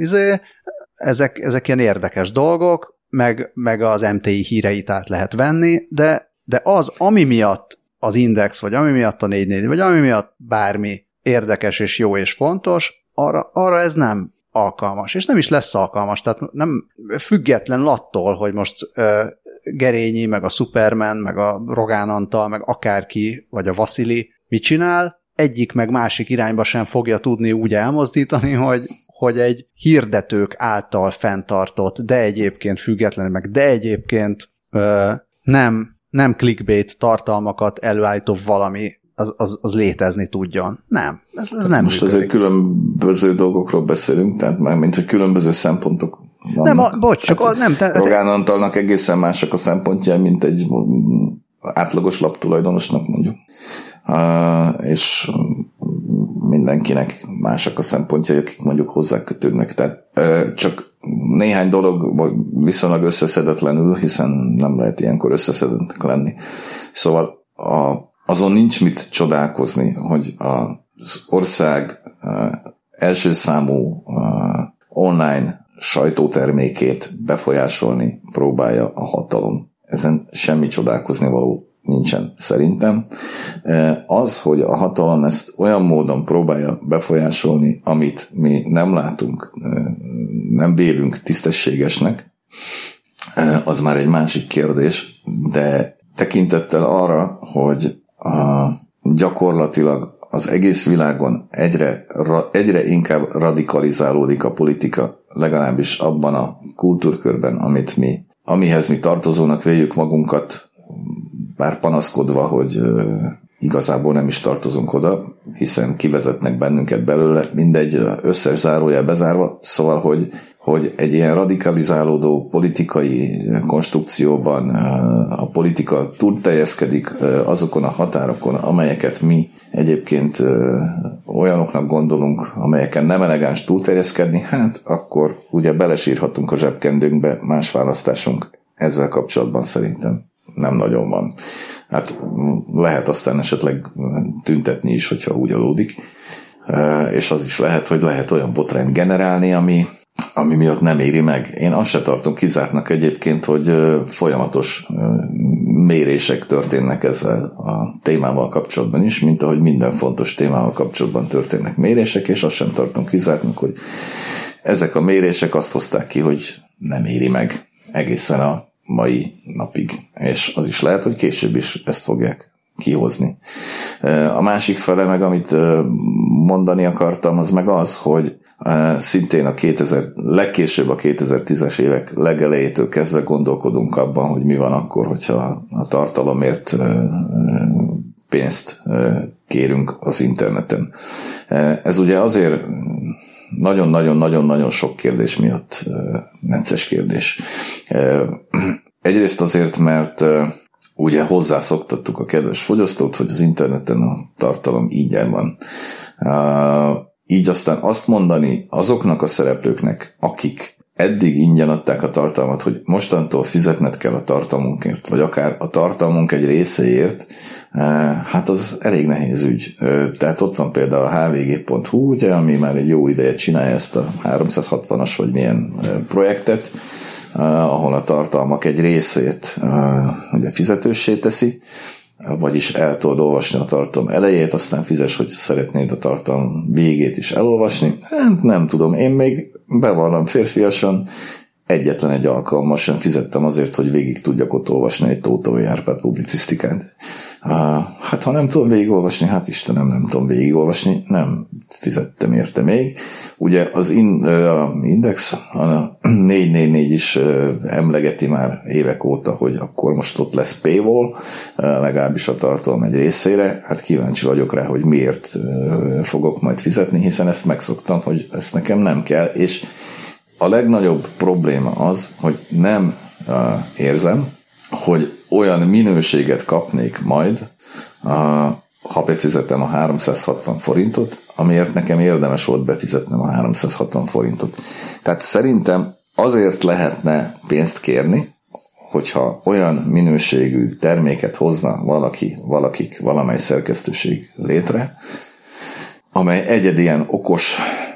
ezek ilyen érdekes dolgok, meg az MTI híreit át lehet venni, de az, ami miatt az Index, vagy ami miatt a 444, vagy ami miatt bármi érdekes és jó és fontos, arra ez nem alkalmas, és nem is lesz alkalmas, tehát nem független attól, hogy most Gerényi, meg a Superman, meg a Rogán Antal, meg akárki, vagy a Vasili mit csinál, egyik meg másik irányba sem fogja tudni úgy elmozdítani, hogy egy hirdetők által fenntartott, de egyébként független, de egyébként nem clickbait tartalmakat előállító valami az létezni tudjon. Nem, ez nem most azért különböző dolgokról beszélünk, tehát már mint hogy különböző szempontok vannak. Rogán Antalnak egészen másak a szempontjai, mint egy átlagos laptulajdonosnak mondjuk. És mindenkinek másak a szempontjai, akik mondjuk hozzákötődnek. Tehát csak néhány dolog viszonylag összeszedetlenül, hiszen nem lehet ilyenkor összeszedetnek lenni. Szóval azon nincs mit csodálkozni, hogy az ország első számú online sajtótermékét befolyásolni próbálja a hatalom. Ezen semmi csodálkozni való nincsen szerintem. Az, hogy a hatalom ezt olyan módon próbálja befolyásolni, amit mi nem látunk, nem vélünk tisztességesnek, az már egy másik kérdés, de tekintettel arra, hogy gyakorlatilag az egész világon egyre inkább radikalizálódik a politika, legalábbis abban a kultúrkörben, amihez mi tartozónak véljük magunkat, bár panaszkodva, hogy igazából nem is tartozunk oda, hiszen kivezetnek bennünket belőle, mindegy, összes zárójel bezárva, szóval, hogy egy ilyen radikalizálódó politikai konstrukcióban a politika túlterjeszkedik azokon a határokon, amelyeket mi egyébként olyanoknak gondolunk, amelyeken nem elegáns túlterjeszkedni, hát akkor ugye belesírhatunk a zsebkendőnkbe, más választásunk ezzel kapcsolatban szerintem nem nagyon van. Hát lehet aztán esetleg tüntetni is, hogyha úgy adódik. és az is lehet, hogy lehet olyan botrányt generálni, ami miatt nem éri meg. Én azt se tartom kizártnak egyébként, hogy folyamatos mérések történnek ezzel a témával kapcsolatban is, mint ahogy minden fontos témával kapcsolatban történnek mérések, és azt sem tartom kizártnak, hogy ezek a mérések azt hozták ki, hogy nem éri meg egészen a mai napig. És az is lehet, hogy később is ezt fogják kihozni. A másik fele meg, amit mondani akartam, az meg az, hogy szintén legkésőbb a 2010-es évek legelejétől kezdve gondolkodunk abban, hogy mi van akkor, hogyha a tartalomért pénzt kérünk az interneten. Ez ugye azért nagyon-nagyon-nagyon-nagyon sok kérdés miatt necces kérdés. Egyrészt azért, mert ugye hozzászoktattuk a kedves fogyasztót, hogy az interneten a tartalom ingyen van. Így aztán azt mondani azoknak a szereplőknek, akik eddig ingyen adták a tartalmat, hogy mostantól fizetned kell a tartalmunkért, vagy akár a tartalmunk egy részéért, hát az elég nehéz ügy. Tehát ott van például a hvg.hu, ugye, ami már egy jó ideje csinálja ezt a 360-as vagy milyen projektet, ahol a tartalmak egy részét ugye fizetőssé teszi, vagyis el tudod olvasni a tartalom elejét, aztán fizes, hogy szeretnéd a tartalom végét is elolvasni. Hát nem tudom, én még bevallom férfiasan, egyetlen egy alkalommal sem fizettem azért, hogy végig tudjak ott olvasni egy Tóth Árpád publicisztikát. Hát ha nem tudom végigolvasni, hát Istenem, nem tudom végigolvasni, nem fizettem érte még. Ugye az Index, a 444 is emlegeti már évek óta, hogy akkor most ott lesz paywall, legalábbis a tartalom egy részére. Hát kíváncsi vagyok rá, hogy miért fogok majd fizetni, hiszen ezt megszoktam, hogy ezt nekem nem kell, és a legnagyobb probléma az, hogy nem érzem, hogy olyan minőséget kapnék majd, ha befizetem a 360 forintot, amiért nekem érdemes volt befizetnem a 360 forintot. Tehát szerintem azért lehetne pénzt kérni, hogyha olyan minőségű terméket hozna valakik, valamely szerkesztőség létre, amely egyedien okos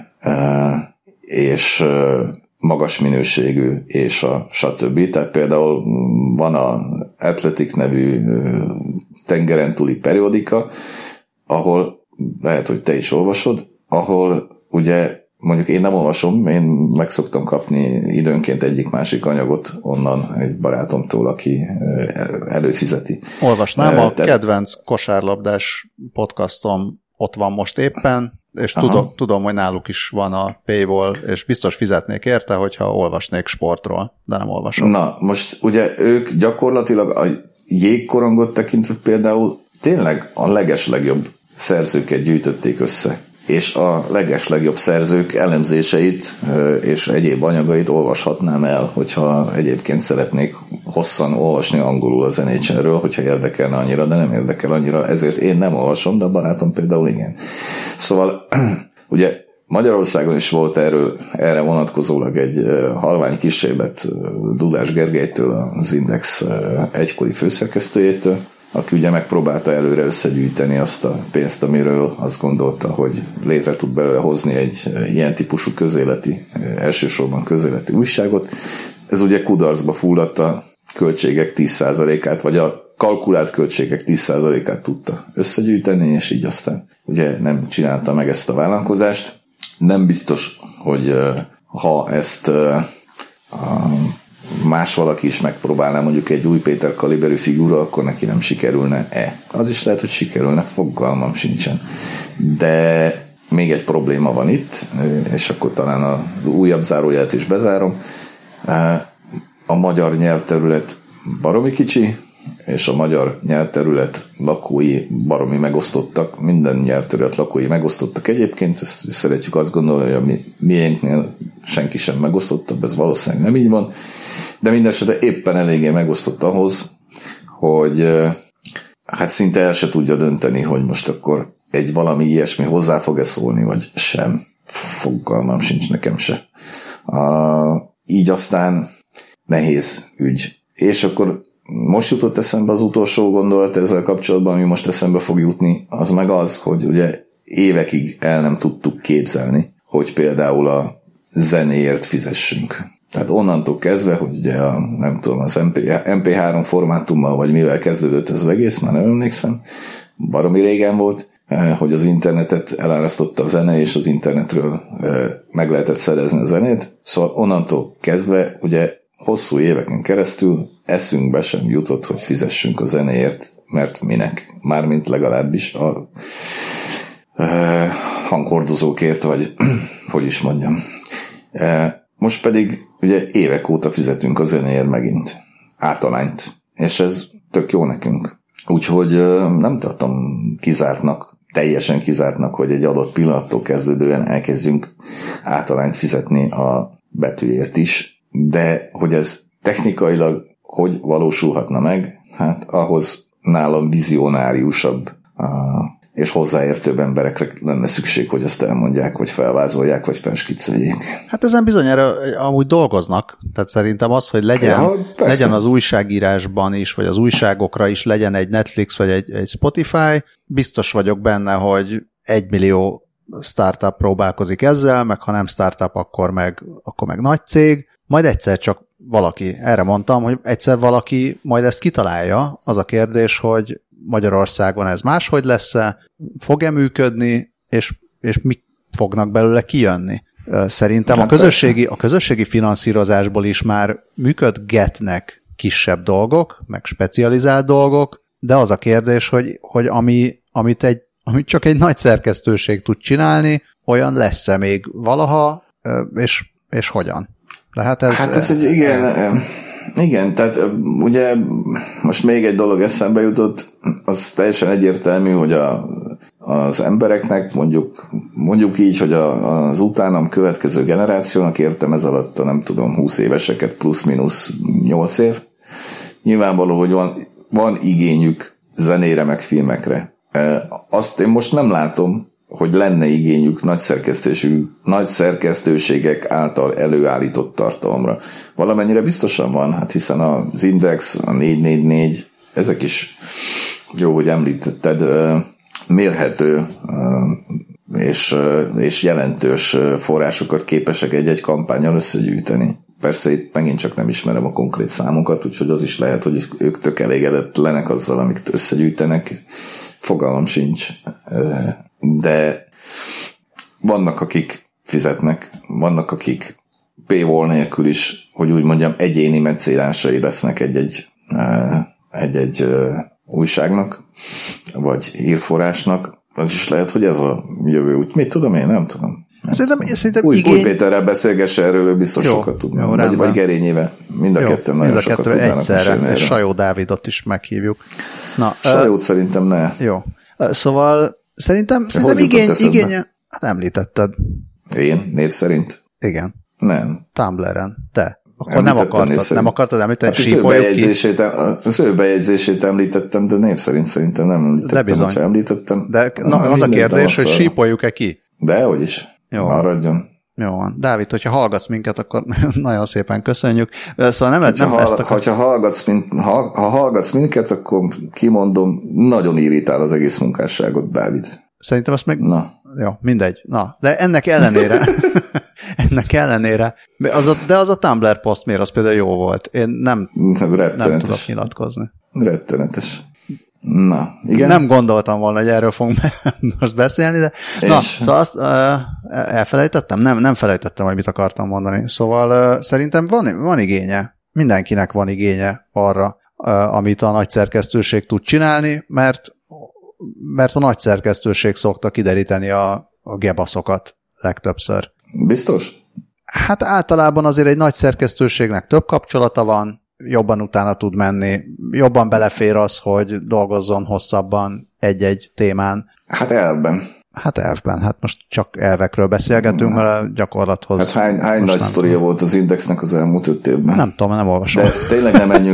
és magas minőségű, és a stb. Tehát például van a Athletic nevű tengeren túli periódika, ahol lehet, hogy te is olvasod, ahol ugye mondjuk én nem olvasom, én meg szoktam kapni időnként egyik-másik anyagot onnan egy barátomtól, aki előfizeti. Olvasnám, a kedvenc kosárlabdás podcastom ott van most éppen, és tudom, hogy náluk is van a paywall, és biztos fizetnék érte, hogyha olvasnék sportról, de nem olvasom. Na, most ugye ők gyakorlatilag a jégkorongot tekintve például tényleg a legeslegjobb szerzőket gyűjtötték össze, és a legeslegjobb szerzők elemzéseit és egyéb anyagait olvashatnám el, hogyha egyébként szeretnék hosszan olvasni angolul az NHL-ről, hogyha érdekelne annyira, de nem érdekel annyira, ezért én nem olvasom, de a barátom például igen. Szóval ugye Magyarországon is volt erre vonatkozólag egy halvány kísérlet Dudás Gergelytől, az Index egykori főszerkesztőjétől, aki ugye megpróbálta előre összegyűjteni azt a pénzt, amiről azt gondolta, hogy létre tud belőle hozni egy ilyen típusú elsősorban közéleti újságot. Ez ugye kudarcba fulladt, a költségek 10%-át, vagy a kalkulált költségek 10%-át tudta összegyűjteni, és így aztán ugye nem csinálta meg ezt a vállalkozást. Nem biztos, hogy ha ezt más valaki is megpróbálná, mondjuk egy Új Péter kaliberű figura, akkor neki nem sikerülne-e. Az is lehet, hogy sikerülne, fogalmam sincsen. De még egy probléma van itt, és akkor talán az újabb zárójelet is bezárom. A magyar nyelvterület baromi kicsi, és a magyar nyelvterület lakói baromi megosztottak, minden nyelvterület lakói megosztottak egyébként, ezt szeretjük azt gondolni, hogy a miénknél senki sem megosztottabb, ez valószínűleg nem így van, de mindesetre éppen eléggé megosztott ahhoz, hogy hát szinte el se tudja dönteni, hogy most akkor egy valami ilyesmi hozzá fog-e szólni, vagy sem. Fogalmam sincs nekem se. Így aztán nehéz ügy. És akkor most jutott eszembe az utolsó gondolat ezzel kapcsolatban, ami most eszembe fog jutni, az meg az, hogy ugye évekig el nem tudtuk képzelni, hogy például a zenéért fizessünk. Tehát onnantól kezdve, hogy ugye nem tudom, az MP3 formátummal, vagy mivel kezdődött ez az egész, már nem emlékszem, baromi régen volt, hogy az internetet elárasztotta a zene, és az internetről meg lehetett szerezni a zenét. Szóval onnantól kezdve, ugye hosszú éveken keresztül eszünkbe sem jutott, hogy fizessünk a zenéért, mert minek? Mármint legalábbis a hanghordozókért, vagy hogy is mondjam. Most pedig ugye évek óta fizetünk a zenéért megint. Általányt. És ez tök jó nekünk. Úgyhogy nem tartom kizártnak, teljesen kizártnak, hogy egy adott pillanattól kezdődően elkezdjünk általányt fizetni a betűért is, de hogy ez technikailag hogy valósulhatna meg, hát ahhoz nálam vizionáriusabb és hozzáértőbb emberekre lenne szükség, hogy ezt elmondják, vagy felvázolják, vagy felskicceljék. Hát ezen bizonyára amúgy dolgoznak, tehát szerintem az, hogy legyen az újságírásban is, vagy az újságokra is legyen egy Netflix, vagy egy Spotify, biztos vagyok benne, hogy 1 millió startup próbálkozik ezzel, meg ha nem startup, akkor meg nagy cég, majd egyszer csak valaki, erre mondtam, hogy egyszer valaki majd ezt kitalálja, az a kérdés, hogy Magyarországon ez máshogy lesz-e, fog-e működni, és mik fognak belőle kijönni. Szerintem a közösségi finanszírozásból is már működgetnek kisebb dolgok, meg specializált dolgok, de az a kérdés, hogy amit csak egy nagy szerkesztőség tud csinálni, olyan lesz-e még valaha, és hogyan? Hát ez egy igen, tehát ugye most még egy dolog eszembe jutott, az teljesen egyértelmű, hogy az embereknek mondjuk így, hogy az utánam következő generációnak, értem ez alatt a nem tudom 20 éveseket plusz-minusz 8 év, nyilvánvaló, hogy van igényük zenére meg filmekre. Azt én most nem látom, hogy lenne igényük nagy szerkesztőségek által előállított tartalomra. Valamennyire biztosan van, hát hiszen az Index, a 444, ezek is, jó, hogy említetted, mérhető és jelentős forrásokat képesek egy kampánnyal összegyűjteni. Persze itt megint csak nem ismerem a konkrét számokat, úgyhogy az is lehet, hogy ők tök elégedetlenek azzal, amit összegyűjtenek. Fogalmam sincs. De vannak, akik fizetnek, vannak, akik paywall nélkül is, hogy úgy mondjam, egyéni meccélásai lesznek egy újságnak, vagy hírforrásnak. Az is lehet, hogy ez a jövő út. Mit tudom én? Nem tudom. Szerintem Új Péterrel beszélgesse erről, ő biztos sokat tudna. Vagy Gerényével. Mind a ketten nagyon sokat tudnának egyszerre. Sajó Dávidot is meghívjuk. Sajót szerintem ne. Jó. Szóval szerintem igénye... Hát említetted. Én? Név szerint? Igen. Nem. Tumblr-en. Te. Akkor nem akartad említeni, hát sípoljuk ki. Az ő bejegyzését említettem, de név szerint szerintem nem említettem, hogyha említettem. De az a kérdés, hogy sípoljuk-e ki? Dehogy is. Jó. Maradjon. Jó van. Dávid, hogyha hallgatsz minket, akkor nagyon szépen köszönjük. Szóval ha hallgatsz minket, akkor kimondom, nagyon irritál az egész munkásságot, Dávid. Szerintem azt meg... Jó, mindegy. De ennek ellenére, de az a Tumblr poszt miért, az például jó volt. Én nem tudok nyilatkozni. Rettenetes. Na, igen. Nem gondoltam volna, hogy erről fogunk most beszélni, de szóval azt elfelejtettem? Nem felejtettem, hogy mit akartam mondani. Szóval szerintem van igénye. Mindenkinek van igénye arra, amit a nagy szerkesztőség tud csinálni, mert a nagy szerkesztőség szokta kideríteni a gebaszokat legtöbbször. Biztos? Hát általában azért egy nagy szerkesztőségnek több kapcsolata van, jobban utána tud menni, jobban belefér az, hogy dolgozzon hosszabban egy-egy témán. Hát elvben. Hát most csak elvekről beszélgetünk, mert a gyakorlathoz... Hát hány nagy sztoria volt az Indexnek az elmúlt 5 évben? Nem tudom, nem olvasom. De tényleg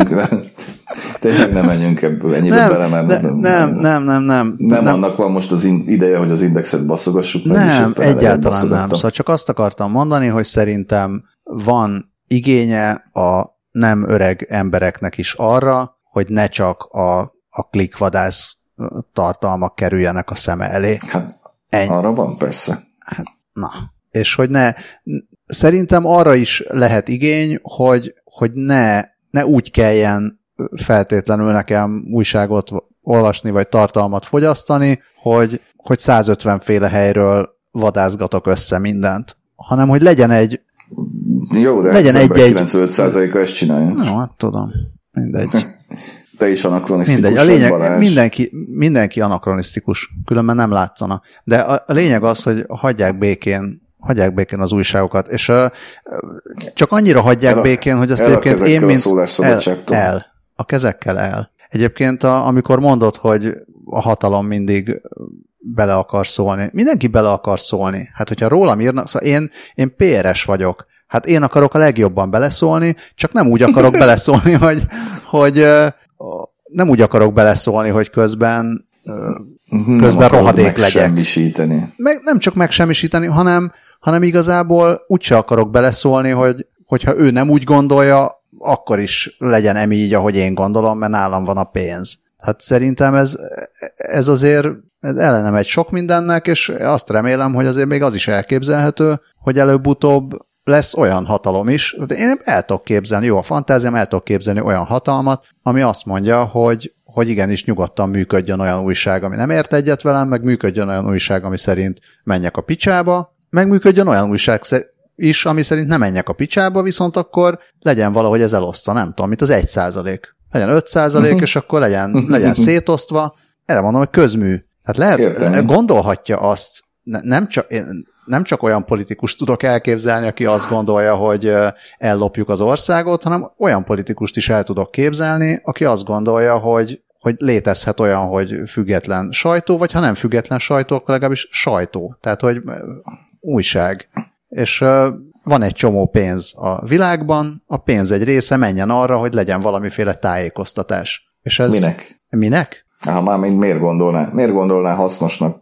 nem menjünk ebből ennyire bele, mert nem annak van most az ideje, hogy az Indexet baszogassuk. Nem, egyáltalán nem. Szóval csak azt akartam mondani, hogy szerintem van igénye a nem öreg embereknek is arra, hogy ne csak a klikkvadász tartalmak kerüljenek a szeme elé. Hát Arra van, persze. Hát, na. És hogy szerintem arra is lehet igény, hogy ne úgy kelljen feltétlenül nekem újságot olvasni, vagy tartalmat fogyasztani, hogy 150 féle helyről vadászgatok össze mindent, hanem hogy legyen egy... Jó, de legyen egy 95%-a ezt csinálja. No, hát tudom. Mindegy. Te is anakronisztikus. Mindegy. A lényeg, mindenki anakronisztikus, különben nem látszana. De a lényeg az, hogy hagyják békén az újságokat, és csak annyira hagyják békén, hogy azt egyébként én, mint a kezekkel el. Egyébként amikor mondod, hogy a hatalom mindig bele akar szólni. Mindenki bele akar szólni. Hát, hogyha rólam írnak, szóval én PRS vagyok. Hát én akarok a legjobban beleszólni, csak nem úgy akarok beleszólni, hogy nem úgy akarok beleszólni, hogy közben rohadék legyek. Nem csak megsemmisíteni, hanem igazából úgyse akarok beleszólni, hogyha ő nem úgy gondolja, akkor is legyen emi így, ahogy én gondolom, mert nálam van a pénz. Hát szerintem ez azért ellene megy sok mindennek, és azt remélem, hogy azért még az is elképzelhető, hogy előbb-utóbb lesz olyan hatalom is. De én el tudok képzelni, jó a fantáziám, el tudok képzelni olyan hatalmat, ami azt mondja, hogy igenis nyugodtan működjön olyan újság, ami nem ért egyet velem, meg működjön olyan újság, ami szerint menjek a picsába, meg működjön olyan újság is, ami szerint nem menjek a picsába, viszont akkor legyen valahogy ez elosztva, nem tudom, mint az 1%. Legyen 5%, és akkor legyen szétosztva. Erre mondom, hogy közmű. Hát lehet, gondolhatja azt, nem csak olyan politikus tudok elképzelni, aki azt gondolja, hogy ellopjuk az országot, hanem olyan politikust is el tudok képzelni, aki azt gondolja, hogy létezhet olyan, hogy független sajtó, vagy ha nem független sajtó, akkor legalábbis sajtó. Tehát, hogy újság. És van egy csomó pénz a világban, a pénz egy része menjen arra, hogy legyen valamiféle tájékoztatás. És ez... Minek? Már miért gondolná hasznosnak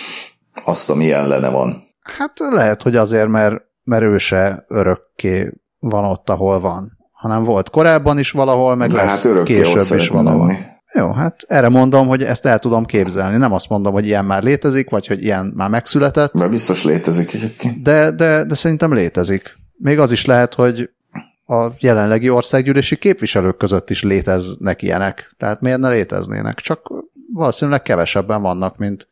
azt, ami ellene van? Hát lehet, hogy azért, mert ő se örökké van ott, ahol van, hanem volt korábban is valahol, meg lesz később is valahol. Lenni. Jó, hát erre mondom, hogy ezt el tudom képzelni. Nem azt mondom, hogy ilyen már létezik, vagy hogy ilyen már megszületett. Mert biztos létezik egyébként. De szerintem létezik. Még az is lehet, hogy a jelenlegi országgyűlési képviselők között is léteznek ilyenek. Tehát miért ne léteznének? Csak valószínűleg kevesebben vannak, mint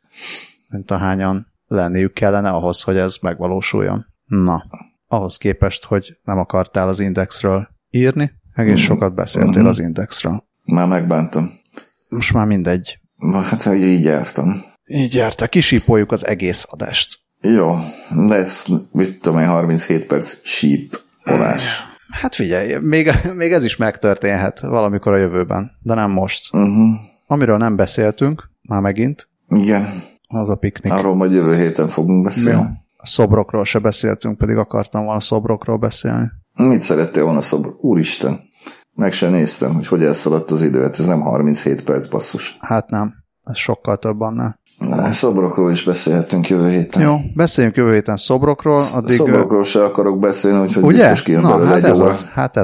ahányan lenniük kellene ahhoz, hogy ez megvalósuljon. Na, ahhoz képest, hogy nem akartál az Indexről írni, egész sokat beszéltél az Indexről. Már megbántam. Most már mindegy. Hát, így jártam. Így jártak, kisípoljuk az egész adást. Jó, lesz, mit tudom én, 37 perc sípolás. Hát figyelj, még ez is megtörténhet valamikor a jövőben, de nem most. Amiről nem beszéltünk, már megint. Igen. Az a piknik. Arról majd jövő héten fogunk beszélni. Jó. A szobrokról se beszéltünk, pedig akartam volna a szobrokról beszélni. Mit szerettél volna szobrok? Úristen, meg sem néztem, hogy elszaladt az idő. Hát ez nem 37 perc, basszus. Hát nem, ez sokkal több annál. Szobrokról is beszélhetünk jövő héten. Jó, beszéljünk jövő héten szobrokról. Addig... Szobrokról se akarok beszélni, úgyhogy biztos kijön belőle egy óra. Hát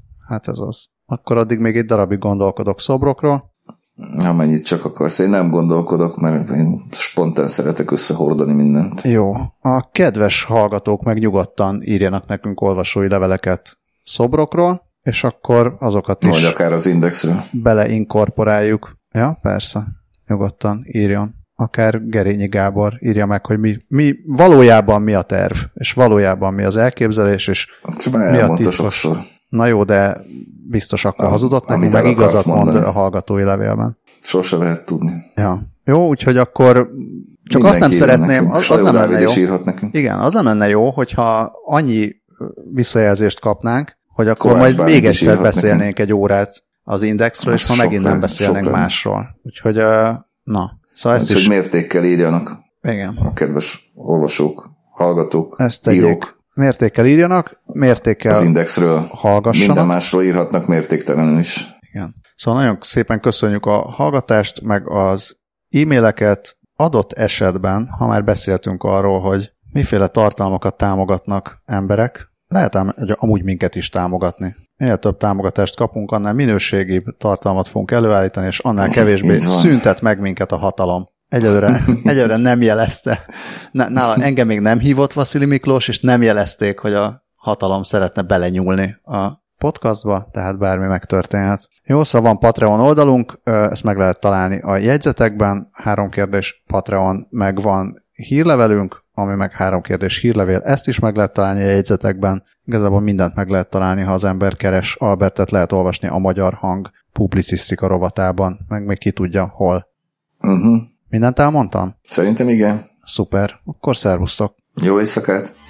ez az. Akkor addig még egy darabig gondolkodok szobrokról. Amennyit csak akarsz. Én nem gondolkodok, mert én spontán szeretek összehordani mindent. Jó. A kedves hallgatók meg nyugodtan írjanak nekünk olvasói leveleket szobrokról, és akkor azokat is... Vagy akár az Indexről. Beleinkorporáljuk. Ja, persze. Nyugodtan írjon. Akár Gerényi Gábor írja meg, hogy mi valójában mi a terv, és valójában mi az elképzelés, és mi a titkos. Na jó, de biztos akkor hazudott nekünk, meg igazat mond a hallgatói levélben. Sose lehet tudni. Ja. Jó, úgyhogy akkor csak azt nem szeretném, az nem lenne jó. Igen, az nem lenne jó, hogyha annyi visszajelzést kapnánk, hogy akkor Kovács majd még egyszer beszélnénk egy órát az Indexről, és ha megint nem beszélnénk másról. Úgyhogy, na. Szóval ezt is... hogy mértékkel írjanak. Igen. A kedves olvasók, hallgatók, ezt írók. Mértékkel írjanak, mértékkel az Indexről hallgassanak. Minden másról írhatnak mértéktelenül is. Igen. Szóval nagyon szépen köszönjük a hallgatást, meg az e-maileket. Adott esetben, ha már beszéltünk arról, hogy miféle tartalmakat támogatnak emberek, lehet amúgy minket is támogatni. Minél több támogatást kapunk, annál minőségibb tartalmat fogunk előállítani, és annál kevésbé szüntet meg minket a hatalom. Egyelőre nem jelezte. Nála engem még nem hívott Vasili Miklós, és nem jelezték, hogy a hatalom szeretne belenyúlni a podcastba, tehát bármi megtörténhet. Jó, szóval van Patreon oldalunk, ezt meg lehet találni a jegyzetekben, 3 kérdés Patreon, meg van hírlevelünk, ami meg 3 kérdés hírlevél, ezt is meg lehet találni a jegyzetekben. Igazából mindent meg lehet találni, ha az ember keres. Albertet lehet olvasni a Magyar Hang publicisztika rovatában, meg még ki tudja hol. Mindent elmondtam? Szerintem igen. Szuper, akkor szervusztok! Jó éjszakát!